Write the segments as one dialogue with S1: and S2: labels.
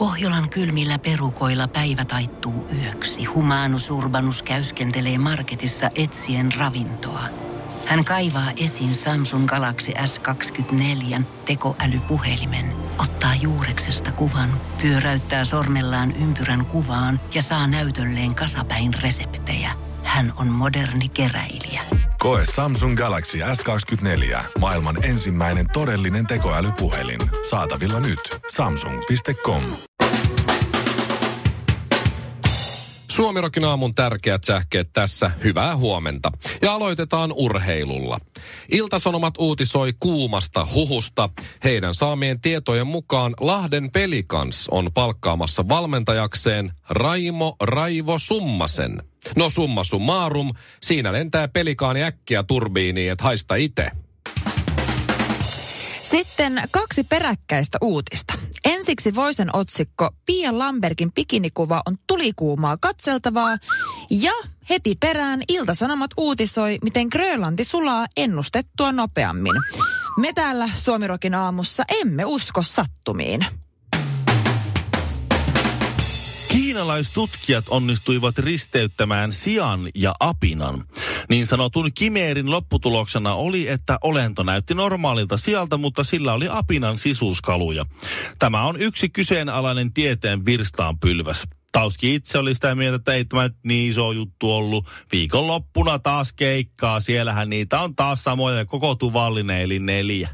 S1: Pohjolan kylmillä perukoilla päivä taittuu yöksi. Humanus Urbanus käyskentelee marketissa etsien ravintoa. Hän kaivaa esiin Samsung Galaxy S24 tekoälypuhelimen, ottaa juureksesta kuvan, pyöräyttää sormellaan ympyrän kuvaan ja saa näytölleen kasapäin reseptejä. Hän on moderni keräilijä.
S2: Koe Samsung Galaxy S24. Maailman ensimmäinen todellinen tekoälypuhelin. Saatavilla nyt. Samsung.com.
S3: Suomi-rokin aamun tärkeät sähkeet tässä. Hyvää huomenta. Ja aloitetaan urheilulla. Ilta-Sanomat uutisoi kuumasta huhusta. Heidän saamien tietojen mukaan Lahden Pelicans on palkkaamassa valmentajakseen Raivo Summasen. No summa summarum, siinä lentää pelikaani äkkiä turbiiniin, et haista itse.
S4: Sitten 2 peräkkäistä uutista. Ensiksi Voisen otsikko Pia Lambergin bikinikuva on tulikuumaa katseltavaa. Ja heti perään Ilta-Sanomat uutisoi, miten Grönlanti sulaa ennustettua nopeammin. Me täällä Suomi-rokin aamussa emme usko sattumiin.
S5: Kiinalaistutkijat onnistuivat risteyttämään sian ja apinan. Niin sanotun kimeerin lopputuloksena oli, että olento näytti normaalilta sialta, mutta sillä oli apinan sisuskaluja. Tämä on yksi kyseenalainen tieteen virstaanpylväs. Tauski itse oli sitä mieltä, että ei tämä nyt niin iso juttu ollut. Viikonloppuna taas keikkaa, siellähän niitä on taas samoja, koko tuvallinen eli 4.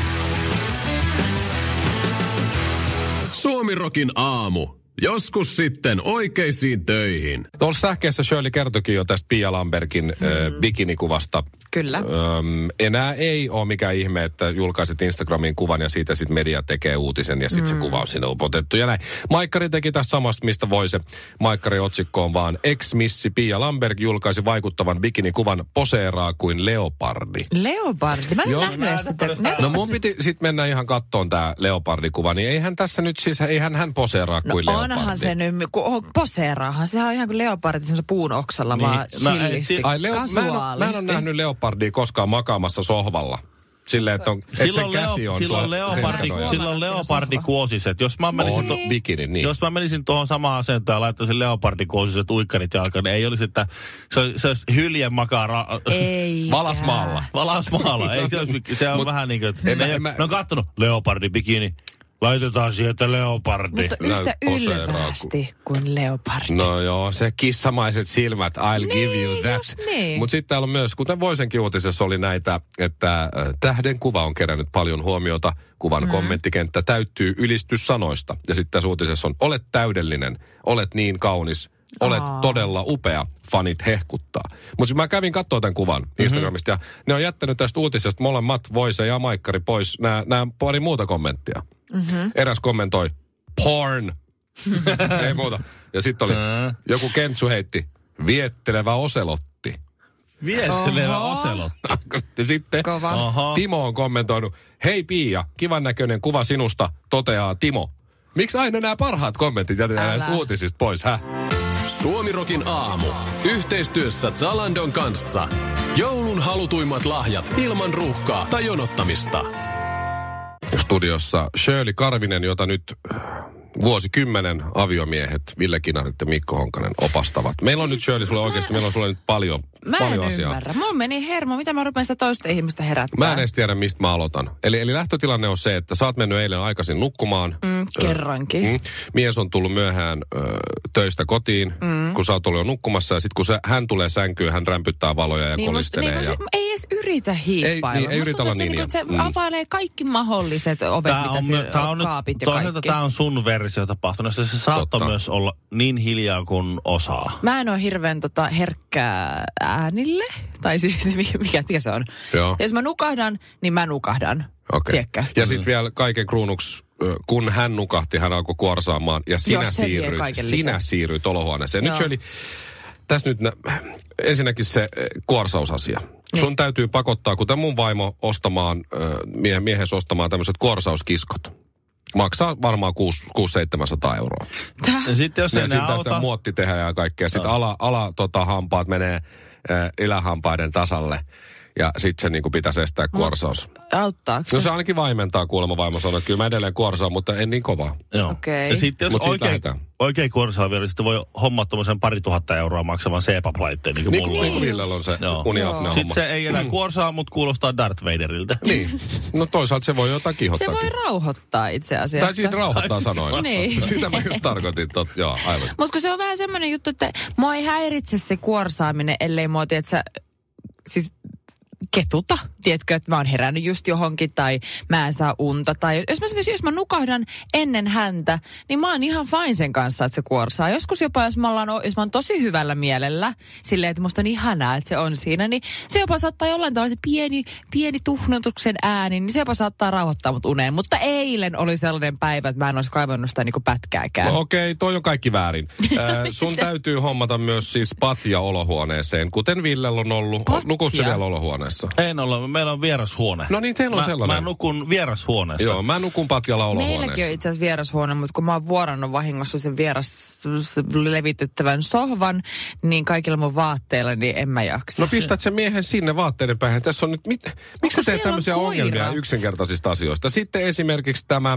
S6: Suomi-rokin aamu. Joskus sitten oikeisiin töihin.
S3: Tuolla sähkeessä Shirley kertoikin jo tästä Pia Lambergin bikinikuvasta.
S4: Kyllä.
S3: Enää ei ole mikään ihme, että julkaiset Instagramiin kuvan ja siitä sitten media tekee uutisen ja sitten se kuva on sinne upotettu ja näin. Maikkari teki tästä samasta, mistä voi se. Maikkarin otsikko on vaan ex-missi Pia Lamberg julkaisi vaikuttavan bikinikuvan poseeraa kuin leopardi.
S4: Leopardi? Mä en nähnyt sitä.
S3: No mun piti sitten mennä ihan kattoon tää leopardikuva, niin eihän tässä nyt siis, eihän hän poseeraa kuin leopardi.
S4: Onhan se nyt, poseeraahan. Sehän on ihan kuin leopardi semmoisella puun oksalla, niin, vaan chillisti, kasuaalisti.
S3: Mä en ole nähnyt leopardia koskaan makaamassa sohvalla. Silleen, että sen käsi on
S5: silloin leopardikuosiset. Jos mä menisin tuohon samaan asentoon ja laittaisin leopardikuosiset uikkarit jalkaan, niin ei olisi, että se olisi hyljen makaa Valasmaalla. Ei se olisi, se on vähän niin kuin, että ne on kattonut leopardibikini. Laitetaan sieltä leopardi.
S4: Mutta yhtä ylvästi kuin leopardi.
S3: No joo, se kissamaiset silmät, I'll give you that.
S4: Niin.
S3: Mutta sitten täällä on myös, kuten Voisenkin uutisessa oli näitä, että tähden kuva on kerännyt paljon huomiota. Kuvan kommenttikenttä täyttyy ylistyssanoista. Ja sitten tässä uutisessa on, olet täydellinen, olet niin kaunis, olet todella upea, fanit hehkuttaa. Mutta mä kävin katsoa tämän kuvan Instagramista ja ne on jättänyt tästä uutisesta molemmat Voise ja Maikkari pois nämä pari muuta kommenttia. Eräs kommentoi, porn. Ei muuta. Ja sitten oli, joku Kentsu heitti, viettelevä oselotti.
S5: Viettelevä oselotti.
S3: Ja sitten Timo on kommentoinut, hei Pia, kivan näköinen kuva sinusta, toteaa Timo. Miksi aina nämä parhaat kommentit jätetään näistä uutisista pois,
S6: Suomi-rokin aamu. Yhteistyössä Zalandon kanssa. Joulun halutuimmat lahjat ilman ruuhkaa tai jonottamista.
S3: Studiossa Shirley Karvinen, jota nyt vuosikymmenen aviomiehet Ville Kinarit ja Mikko Honkanen opastavat. Meillä on nyt Shirley sulle oikeasti, meillä on sulle nyt paljon asiaa.
S4: Mä en ymmärrä. Mulla meni hermo, mitä mä rupean sitä toista ihmistä herättämään.
S3: Mä en edes tiedä, mistä mä aloitan. Eli lähtötilanne on se, että sä oot mennyt eilen aikaisin nukkumaan.
S4: Kerrankin.
S3: Mies on tullut myöhään töistä kotiin, kun sä oot ollut jo nukkumassa. Ja sit kun hän tulee sänkyyn, hän rämpyttää valoja ja kolistelee.
S4: Ei edes yritä hiippailla.
S3: Ei yritä olla niin.
S4: Se availee kaikki mahdolliset ovet, mitä siellä kaapit ja kaikki.
S5: Tämä on sun versio tapahtunut. Se saattoi myös olla niin hiljaa kuin osaa.
S4: Mä en ole hirveän herkkää äänille. Tai siis mikä se on.
S3: Joo.
S4: Jos mä nukahdan, niin mä nukahdan.
S3: Okay.
S4: Tiedätkö?
S3: Ja sitten vielä kaiken kruunuksi, kun hän nukahti, hän alkoi kuorsaamaan. Ja sinä siirryit olohuoneeseen. Nyt Shirley, tässä nyt ensinnäkin se kuorsausasia. Sun täytyy pakottaa, kuten mun vaimo, ostamaan, miehes ostamaan tämmöiset kuorsauskiskot. Maksaa varmaan 600-700 euroa.
S5: Ja sitten jos ei ne auta.
S3: Sitä muotti tehdä ja kaikkea. Sitten hampaat menee ylähampaiden tasalle. Ja sit se niinku pitäisi estää kuorsaus.
S4: Auttaako se?
S3: No se ainakin vaimentaa kuulemma vaimo sanoo, että kyllä mä edelleen kuorsaan, mutta en niin kovaa.
S5: Joo.
S4: Okei.
S5: Ja sitten jos oikein kuorsaa vielä, sitten voi hommaa tuommoisen 2 000 euroa maksavan CPAP-laitteen, niin kuin mulla on.
S3: Niin kuin Villellä on se uniapnea-homma.
S5: Sitten se ei enää kuorsaa, mutta kuulostaa Darth Vaderilta.
S3: Niin. No toisaalta se voi jotain kiihottaa.
S4: Se voi rauhoittaa itse asiassa.
S3: Tai siitä rauhoittaa sanoin.
S4: Niin.
S3: Sitä mä just tarkoitin. Joo, aivan.
S4: Mutta se on vähän semmoinen juttu, että mua ei häiritse se kuorsaaminen, ellei mua, tiedätkö, siis ketuta. Tiedätkö, että mä oon herännyt just johonkin tai mä en saa unta. Tai jos mä nukahdan ennen häntä, niin mä oon ihan fine sen kanssa, että se kuorsaa. Joskus jopa, jos mä oon tosi hyvällä mielellä, silleen, että musta on ihanaa, että se on siinä, niin se jopa saattaa jollain tavalla se pieni tuhnutuksen ääni, niin se jopa saattaa rauhoittaa mut uneen. Mutta eilen oli sellainen päivä, että mä en olisi kaivannut sitä niinku pätkääkään.
S3: No okei, toi on kaikki väärin. Sun täytyy hommata myös siis patja olohuoneeseen, kuten Villellä on ollut. Nukutko vielä olohuoneessa?
S5: En ole. Meillä on vierashuone.
S3: No niin, teillä on sellainen.
S5: Mä nukun vierashuoneessa.
S3: Joo, mä nukun patjalla olohuoneessa.
S4: Meilläkin on itse asiassa vierashuone, mutta kun mä oon vuorannut vahingossa sen levitettävän sohvan, niin kaikilla mun vaatteilla, niin en mä jaksa.
S3: No pistät sen miehen sinne vaatteiden päähän. Tässä on nyt, miksi sä teet tämmöisiä ongelmia yksinkertaisista asioista? Sitten esimerkiksi tämä...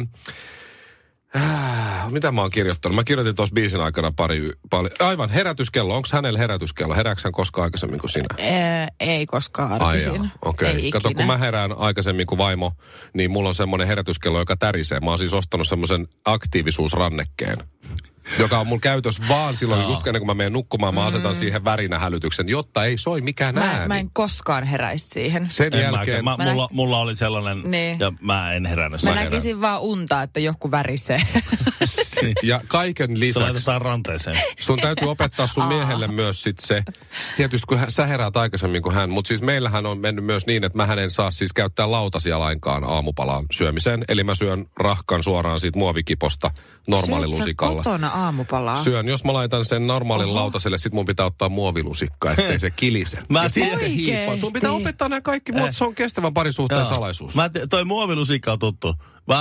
S3: mitä mä oon kirjoittanut? Mä kirjoitin tuossa biisin aikana paljon. Aivan, herätyskello. Onko hänellä herätyskello? Herääkö hän koskaan aikaisemmin kuin sinä?
S4: Ei koskaan arkisin.
S3: Okei. Kato, kun mä herään aikaisemmin kuin vaimo, niin mulla on semmoinen herätyskello, joka tärisee. Mä oon siis ostanut semmoisen aktiivisuusrannekkeen, joka on mun käytös vaan silloin, just ennen kuin mä menen nukkumaan, mä asetan siihen värinähälytyksen, jotta ei soi mikään ääni.
S4: Mä en koskaan heräisi siihen.
S3: Sen jälkeen...
S5: Mulla oli sellainen, niin. Ja mä en herännyt.
S4: Mä näkisin vaan unta, että joku värisee.
S3: Ja kaiken lisäksi...
S5: Se laitetaan ranteeseen.
S3: Sun täytyy opettaa sun miehelle myös sit se... Tietysti kun sä heräät aikaisemmin kuin hän, mutta siis meillähän on mennyt myös niin, että mä en saa siis käyttää lautasia lainkaan aamupalaan syömiseen. Eli mä syön rahkan suoraan siitä muovikiposta normaalilusikalla.
S4: Syöt sä kotona aamupalaa?
S3: Syön. Jos mä laitan sen normaalin lautaselle, sit mun pitää ottaa muovilusikka, ettei se kilise. Sun pitää opettaa nämä kaikki, mutta se on kestävän parisuhteen salaisuus.
S5: Toi muovilusikka on tuttu.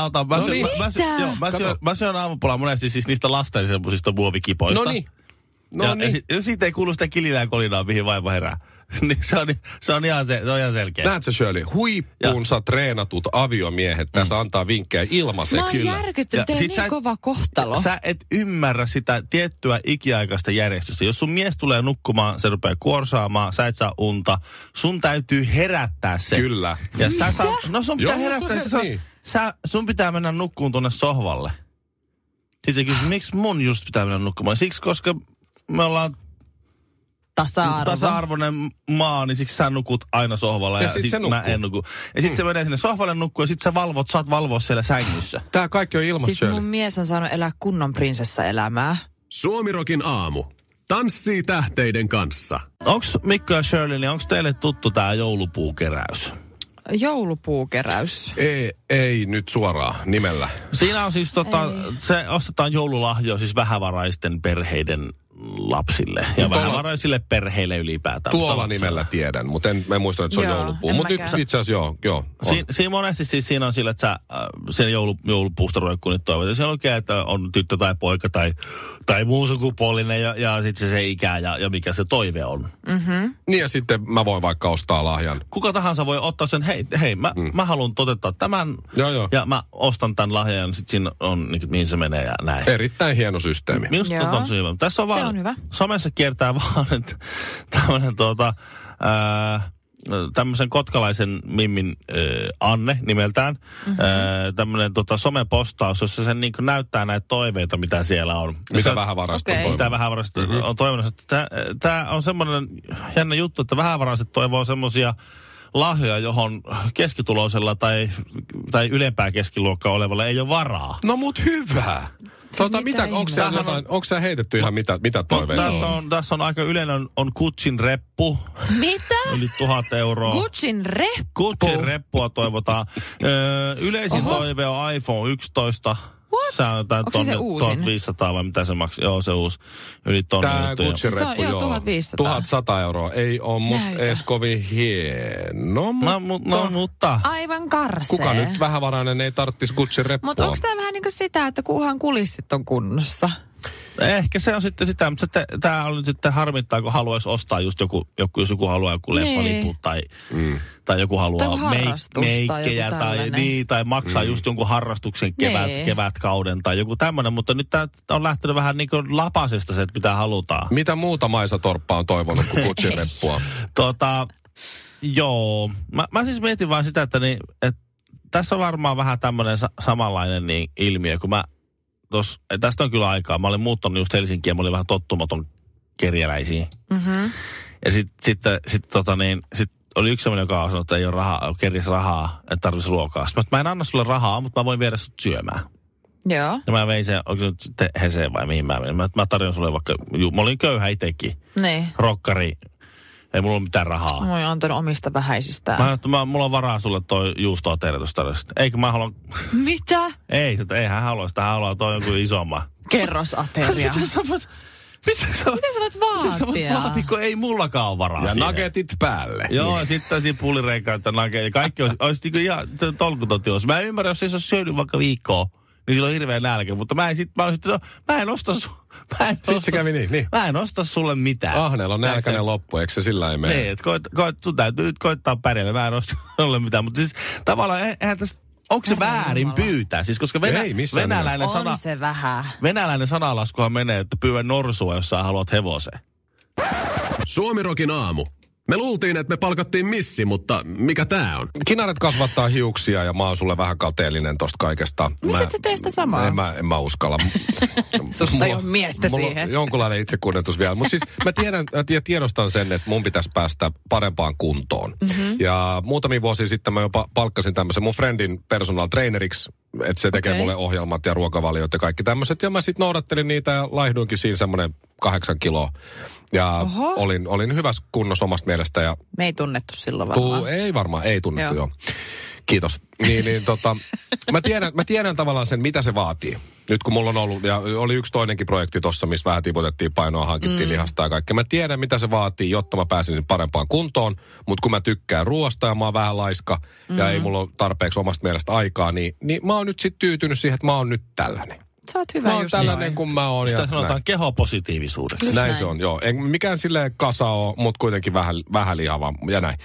S5: Mä syön aamupalaa monesti siis niistä lasten semmoisista muovikipoista. No niin. Ja siitä ei kuulu sitä kilinää ja kolinaa, mihin vaimo herää. Niin se on ihan selkeä.
S3: Näetkö Shirley, huippuunsa treenatut aviomiehet tässä antaa vinkkejä ilmaiseksi.
S4: Mä oon järkyttynyt, teillä niin kova kohtalo.
S5: Sä et ymmärrä sitä tiettyä ikiaikaista järjestystä. Jos sun mies tulee nukkumaan, se rupeaa kuorsaamaan, sä et saa unta, sun täytyy herättää se.
S3: Kyllä.
S5: Ja sun pitää herättää se. Sun pitää mennä nukkuun tuonne sohvalle. Sitten se kysyy, miksi mun just pitää mennä nukkumaan? Siksi, koska me ollaan tasa-arvoinen maa, niin siksi sä nukut aina sohvalla ja sit mä en nuku. Ja sit se menee sinne sohvalle nukkuu ja sit sä saat valvoa siellä sängyssä.
S3: Tää kaikki on ilmassa.
S4: Siis mun mies on saanut elää kunnon prinsessa-elämää.
S6: Suomirokin aamu. Tanssii tähteiden kanssa.
S5: Onks Mikko ja Shirley, niin onks teille tuttu tää joulupuukeräys?
S4: Joulupuukeräys?
S3: Ei nyt suoraan nimellä.
S5: Siinä on siis se ostetaan joululahjoja siis vähävaraisten perheiden lapsille ja vähävaraisille perheille ylipäätään.
S3: Tuolla nimellä tiedän, mutta en muista, että se on joulupuu. Mutta nyt itse asiassa joo.
S5: Siinä monesti siis siinä on sillä, että sä sen joulupuusta roikkuun toivot. Ja se on oikein, että on tyttö tai poika tai muu sukupuolinen ja sitten se ikä ja mikä se toive on.
S4: Mm-hmm.
S3: Niin ja sitten mä voin vaikka ostaa lahjan.
S5: Kuka tahansa voi ottaa sen, hei mä haluan toteuttaa tämän ja mä ostan tämän lahjan ja sitten siinä on, niin, mihin se menee ja näin.
S3: Erittäin hieno systeemi.
S5: Minusta on se hyvä. Tässä on vaan,
S4: hyvä.
S5: Somessa kiertää vaan, että tämmöinen tämmöisen kotkalaisen mimmin Anne nimeltään, tämmöinen somepostaus, jossa se niin kuin näyttää näitä toiveita, mitä siellä on.
S3: Mitä vähävaraiset on toivonut.
S5: Mitä vähävaraiset on toivonut. Tämä on semmoinen jännä juttu, että vähävaraiset toivoo semmoisia lahjoja, johon keskituloisella tai ylempää keskiluokkaa olevalla ei ole varaa.
S3: No mut hyvä. Onko sä heitetty ihan mitä toiveita?
S5: Tässä on aika yleinen, on Gucciin reppu.
S4: Mitä?
S5: Yli 1000 euroa.
S4: Gucciin reppu?
S5: Gucciin reppua toivotaan. Yleisin toive on iPhone 11.
S4: Onko se uusin?
S5: 1500 vai mitä se maksaa? Joo, se uusi. Yli tonni.
S3: Tämä Gucci-reppu, joo.
S4: 1500.
S3: 1100 euroa. Ei ole musta edes kovin hieno,
S5: mutta...
S4: Aivan karsee.
S3: Kuka nyt vähävarainen ei tarttisi Gucci-reppua?
S4: Mutta onko tämä vähän niin kuin sitä, että kunhan kulissit on kunnossa?
S5: Ehkä se on sitten sitä, mutta tämä on nyt sitten harmittaa, kun haluaisi ostaa just jos joku haluaa joku leffaliput tai joku haluaa meikkejä tai maksaa just jonkun harrastuksen kevätkauden tai joku tämmöinen, mutta nyt tämä on lähtenyt vähän niin kuin lapasesta se, että mitä halutaan.
S3: Mitä muuta Maisa Torppa on toivonut kuin Gucci-reppua?
S5: Joo. Mä siis mietin vaan sitä, että tässä on varmaan vähän tämmöinen samanlainen ilmiö, kun tästä on kyllä aikaa. Mä olin muuttanut just Helsinkiin ja mä olin vähän tottumaton kerjäläisiin. Mm-hmm. Ja sitten oli yksi sellainen, joka sanoi, että ei ole rahaa, kerjäs rahaa, että tarvitsisi ruokaa. Sitten mä en anna sulle rahaa, mutta mä voin viedä sut syömään.
S4: Joo.
S5: Ja mä vein sen, onko se nyt sitten Heseen vai mihin mä menin. Mä tarjon sulle vaikka, mä olin köyhä itsekin.
S4: Niin.
S5: Rokkari. Ei mulla ole mitään rahaa.
S4: Mä oon antanut omista vähäisistään.
S5: Mulla on varaa sulle toi juustoa terveystarjosta. Eikö mä halua...
S4: Mitä?
S5: Ei hän halua sitä. Hän haluaa toi jonkun isomman.
S4: Kerrosateria. Mitä sä voit vaatia?
S5: Kun ei mullakaan ole varaa
S3: ja
S5: siihen.
S3: nagetit päälle.
S5: Joo, ja sitten siinä pullireikäyttä nagetit. Kaikki olisi niin kuin ihan tolkuton tilos. Mä ymmärrän, jos se olisi syönyt vaikka viikkoa, niin sillä on hirveä nälkä. Mutta mä en osta
S3: Sitten se kävi niin.
S5: Mä en osta sulle mitään.
S3: Ahneella on nälkäinen loppu, eikö se sillä ei mene?
S5: Niin, että sun täytyy nyt koittaa pärjätä. Mä en osta sulle mitään. Mutta siis tavallaan eihän tässä... Onko se väärin pyytää? Siis koska venäläinen
S4: on se vähän.
S5: Venäläinen sanalaskuhan menee, että pyydä norsua, jos sä haluat hevosen.
S6: Suomirokin aamu. Me luultiin, että me palkattiin missi, mutta mikä tää on?
S3: Kinaret kasvattaa hiuksia ja mä oon sulle vähän kateellinen tosta kaikesta.
S4: Miksi sä tee sitä samaa?
S3: En mä uskalla.
S4: Sussa ei ole miestä siihen.
S3: Mulla on jonkunlainen itsekunnetus vielä. Mutta siis mä tiedostan sen, että mun pitäisi päästä parempaan kuntoon. Mm-hmm. Ja muutamia vuosia sitten mä jopa palkkasin tämmöisen mun friendin personal traineriksi, että se tekee mulle ohjelmat ja ruokavaliot ja kaikki tämmöiset. Ja mä sitten noudattelin niitä ja laihduinkin siinä semmoinen 8 kiloa. Ja olin hyvässä kunnossa omasta mielestä. Ja
S4: me ei tunnettu silloin varmaan.
S3: Ei varmaan, ei tunnettu joo. Kiitos. Mä tiedän tavallaan sen, mitä se vaatii. Nyt kun mulla on ollut, ja oli yksi toinenkin projekti tossa, missä vähän tiputettiin painoa, hankittiin lihasta ja kaikkea. Mä tiedän, mitä se vaatii, jotta mä pääsin parempaan kuntoon. Mutta kun mä tykkään ruoasta ja mä oon vähän laiska ja ei mulla ole tarpeeksi omasta mielestä aikaa, niin mä oon nyt sit tyytynyt siihen, että mä oon nyt tällainen.
S4: Sä oot hyvä
S3: mä oon tällainen kuin mä oon.
S5: Sitä sanotaan kehopositiivisuudeksi.
S3: Näin se on, joo. Mikään silleen kasa ole, mutta kuitenkin vähän lihava ja näin.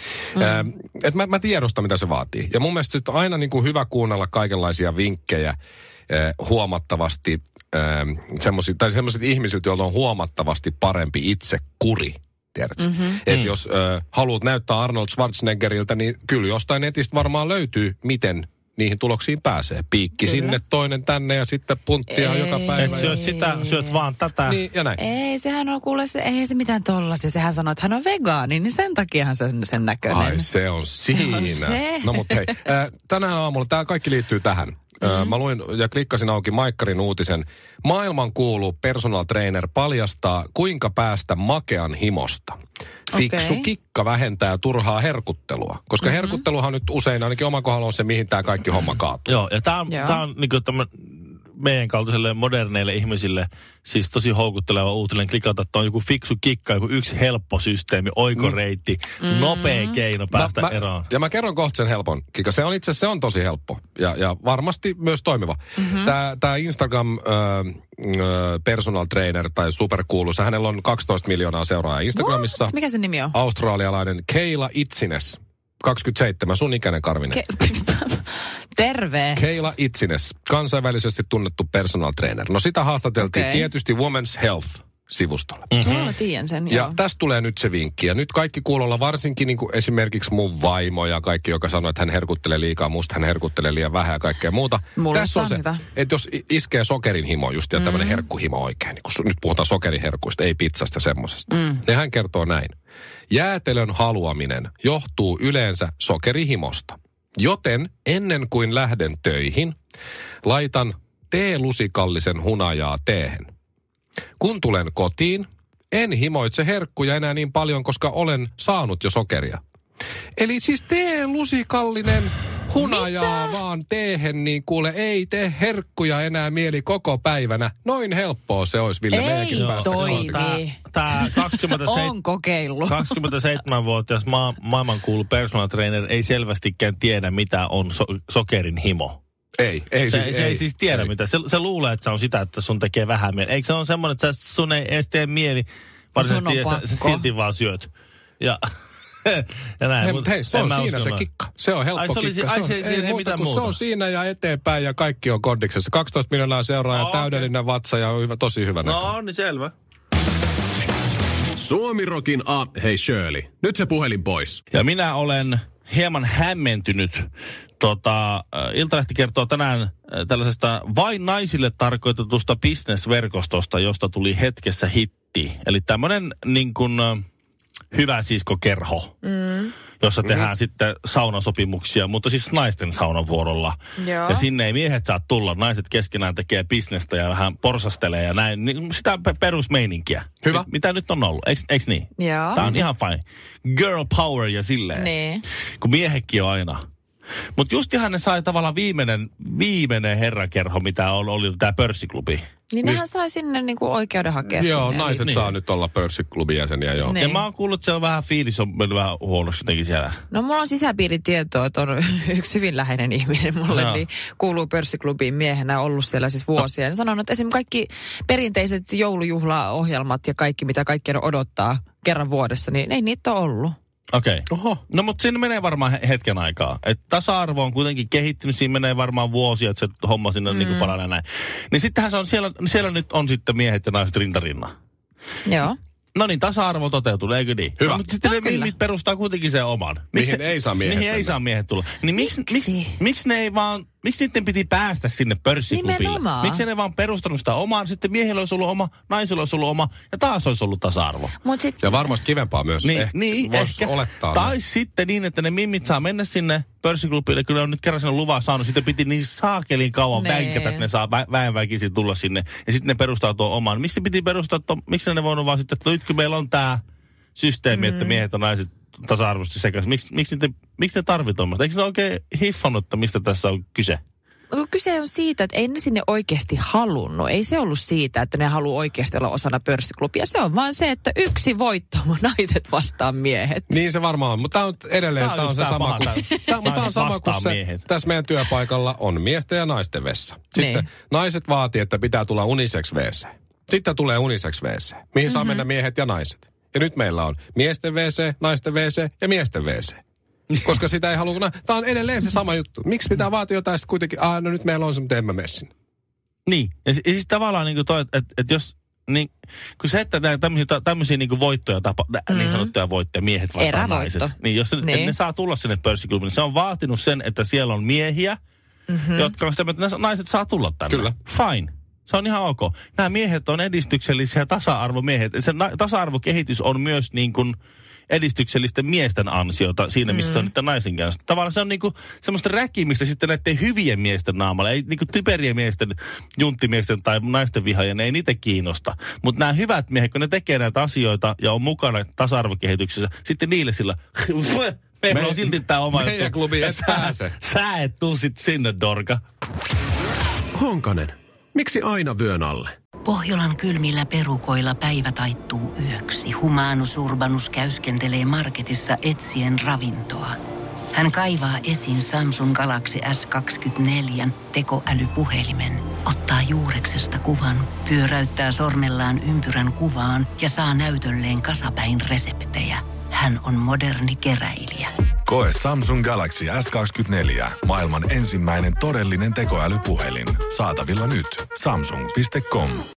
S3: Mä tiedostan, mitä se vaatii. Ja mun mielestä sit on aina niin kuin hyvä kuunnella kaikenlaisia vinkkejä huomattavasti, semmoiset ihmisiltä, joilla on huomattavasti parempi itsekuri. Tiedätkö? Että jos haluat näyttää Arnold Schwarzeneggeriltä, niin kyllä jostain netistä varmaan löytyy, miten niihin tuloksiin pääsee. Piikki sinne, toinen tänne ja sitten punttia joka päivä.
S5: Syöt sitä, syöt vaan tätä.
S3: Niin, ja näin.
S4: Ei, sehän on kuule, ei se mitään tollasia. Sehän sanoo, että hän on vegaani, niin sen takiahan sen näköinen.
S3: Ai, se on siinä.
S4: Se on se.
S3: No mut hei, tänään aamulla, tämä kaikki liittyy tähän. Mä luin ja klikkasin auki Maikkarin uutisen. Maailmankuulu personal trainer paljastaa, kuinka päästä makean himosta. Fiksu kikka vähentää turhaa herkuttelua. Koska herkutteluhan nyt usein, ainakin oman kohdalla on se, mihin tämä kaikki homma kaatuu.
S5: Joo, ja tämä on niin kuin meidän kaltaiselle moderneille ihmisille siis tosi houkutteleva uutinen. Klikata, että on joku fiksu kikka, joku yksi helppo systeemi, oikoreitti, nopea keino päästä eroon.
S3: Ja mä kerron kohta sen helpon kikka. Se on itse asiassa tosi helppo ja varmasti myös toimiva. Tämä Instagram personal trainer tai superkuuluisa, hänellä on 12 miljoonaa seuraajaa Instagramissa.
S4: What? Mikä se nimi on?
S3: Australialainen Keila Itsines. 27, sun ikäinen Karvinen.
S4: Terve.
S3: Keila Itsines, kansainvälisesti tunnettu personal trainer. No sitä haastateltiin tietysti Women's Health-sivustolla.
S4: Mä tiedän sen, joo.
S3: Ja tästä tulee nyt se vinkki. Ja nyt kaikki kuulolla, varsinkin niin kuin esimerkiksi mun vaimo ja kaikki, joka sanoo, että hän herkuttelee liikaa, musta hän herkuttelee liian vähän ja kaikkea muuta.
S4: Mulla
S3: tässä on se,
S4: hyvä.
S3: että jos iskee sokerin himo just ja tämmöinen herkkuhimo oikein, niin kun nyt puhutaan sokeriherkuista, ei pizzasta ja semmosesta. Ja hän kertoo näin. Jäätelön haluaminen johtuu yleensä sokerihimosta. Joten ennen kuin lähden töihin, laitan teelusikallisen hunajaa teehen. Kun tulen kotiin, en himoitse herkkuja enää niin paljon, koska olen saanut jo sokeria. Eli siis teelusikallinen hunajaa vaan teehen, niin kuule, ei tee herkkuja enää mieli koko päivänä. Noin helppoa se olisi, Ville.
S4: Ei toimi.
S5: Tämä
S4: on kokeillut.
S5: 27-vuotias maailmankuulu personal trainer ei selvästikään tiedä, mitä on sokerin himo.
S3: Ei
S5: Se ei siis tiedä mitä. Se luulee, että se on sitä, että sun tekee vähän mieli. Eikö se ole semmoinen, että sun ei edes tee mieli, varsinaisesti sä silti vaan syöt. Ja näin.
S3: Hei, se on siinä se kikka. Se on helppo kikka. Ei muuta kuin se on siinä ja eteenpäin ja kaikki on kondiksessa. 12 miljoonaa seuraajaa, täydellinen vatsa ja tosi hyvä näkö.
S5: No niin selvä.
S6: Suomirokin Hei Shirley, nyt se puhelin pois.
S5: Ja minä olen hieman hämmentynyt. Iltalehti kertoo tänään tällaisesta vain naisille tarkoitetusta business-verkostosta, josta tuli hetkessä hitti. Eli tämmöinen niin kuin hyvä siskokerho, jossa tehdään sitten saunasopimuksia, mutta siis naisten saunavuorolla. Joo. Ja sinne ei miehet saa tulla. Naiset keskenään tekee bisnestä ja vähän porsastelee ja näin. Niin sitä perusmeininkiä.
S3: Hyvä. Mitä
S5: nyt on ollut? Eiks niin?
S4: Joo.
S5: Tää on ihan fine. Girl power ja silleen.
S4: Niin.
S5: Kun miehekin on aina. Mutta justihan ne sai tavallaan viimeinen herrakerho, mitä oli tämä pörssiklubi.
S4: Niin nehän sai sinne niinku oikeuden hakea.
S3: Joo, naiset saa nyt olla pörssiklubin jäseniä, joo.
S4: Niin.
S5: Ja mä oon kuullut, että siellä vähän fiilis on mennyt vähän huonoksi jotenkin siellä.
S4: No mulla on sisäpiiritietoa, että on yksi hyvin läheinen ihminen mulle, niin kuuluu pörssiklubiin miehenä, ollut siellä siis vuosia. Ja sanon, että esimerkiksi kaikki perinteiset joulujuhlaohjelmat ja kaikki, mitä kaikkien odottaa kerran vuodessa, niin ei niitä ole ollut.
S5: Okei. No mutta siinä menee varmaan hetken aikaa. Että tasa-arvo on kuitenkin kehittynyt, siinä menee varmaan vuosia, että se homma sinne niin kuin paranee näin. Niin sittenhän se on, siellä nyt on sitten miehet ja naiset rintarinnan.
S4: Joo.
S5: No niin, tasa-arvo toteutuu, eikö niin?
S3: Hyvä.
S5: No, mutta sitten ne mimmit perustaa kuitenkin sen oman.
S3: Mihin ei saa miehet
S5: Mihin ei saa miehet tulla. Niin miksi ne ei vaan, miksi niiden piti päästä sinne pörssiklubille?
S4: Nimenomaan.
S5: Miksi ne vaan perustanut sitä omaa, sitten miehillä olisi ollut oma, naisilla olisi ollut oma ja taas olisi ollut tasa-arvo.
S3: Ja varmasti kivempaa myös.
S5: Niin,
S3: voisi olettaa.
S5: Tai sitten niin, että ne mimmit saa mennä sinne pörssiklubille, kun ne on nyt kerran sen luvan saanut, sitten piti niin saakelin kauan vänkätä, että ne saa väenväkisin tulla sinne. Ja sitten ne perustaa tuon oman. Miksi piti perustaa miksi ne voinut vaan sitten, että nyt kun meillä on tämä systeemi, että miehet ja naiset tasa-arvoisesti sekaisin. Miksi ne tarvitaan? Eikö ne oikein hiffannut, että mistä tässä on kyse?
S4: Mutta kyse on siitä, että ei ne sinne oikeasti halunnut. Ei se ollut siitä, että ne haluaa oikeasti olla osana pörssiklubia. Se on vaan se, että yksi voittama naiset vastaan miehet.
S3: Niin se varmaan on, mutta tämä on edelleen tämä on se sama kuin se tässä meidän työpaikalla on miesten ja naisten vessa. Sitten naiset vaatii, että pitää tulla unisex WC. Sitten tulee unisex WC, mihin saa mennä miehet ja naiset. Ja nyt meillä on miesten WC, naisten WC ja miesten WC. Koska sitä ei halua. Tämä on edelleen se sama juttu. Miksi pitää vaatia jotain sitten kuitenkin, no nyt meillä on se, mutta en mä mene sinne.
S5: Niin. Ja siis tavallaan niin kuin toi, että jos, niin, kun se, että tämmöisiä niin kuin voittoja, niin sanottuja voittoja, miehet vastaan naiset. Niin jos ne saa tulla sinne pörssiklubille, niin se on vaatinut sen, että siellä on miehiä, jotka on sitä, että naiset saa tulla tänne.
S3: Kyllä.
S5: Fine. Se on ihan ok. Nämä miehet on edistyksellisiä tasa-arvomiehet. Se tasa-arvokehitys on myös niin kuin edistyksellisten miesten ansiota siinä, missä se on niiden naisen kanssa. Tavallaan se on niinku semmoista räkimistä sitten näiden hyvien miesten naamalla. Ei niinku typerien miesten, junttimiesten tai naisten vihaajien, ei niitä kiinnosta. Mutta nämä hyvät miehet, kun ne tekee näitä asioita ja on mukana tasa-arvokehityksessä, sitten niille sillä meillä on silti tämä oma juttu.
S3: Meidän klubi et pääse.
S5: Sä et tuu sit sinne, Dorka.
S6: Honkanen, miksi aina vyön alle?
S1: Pohjolan kylmillä perukoilla päivä taittuu yöksi. Humanus Urbanus käyskentelee marketissa etsien ravintoa. Hän kaivaa esiin Samsung Galaxy S24 tekoälypuhelimen, ottaa juureksesta kuvan, pyöräyttää sormellaan ympyrän kuvaan ja saa näytölleen kasapäin reseptejä. Hän on moderni keräilijä.
S2: Koe Samsung Galaxy S24. Maailman ensimmäinen todellinen tekoälypuhelin. Saatavilla nyt. Samsung.com.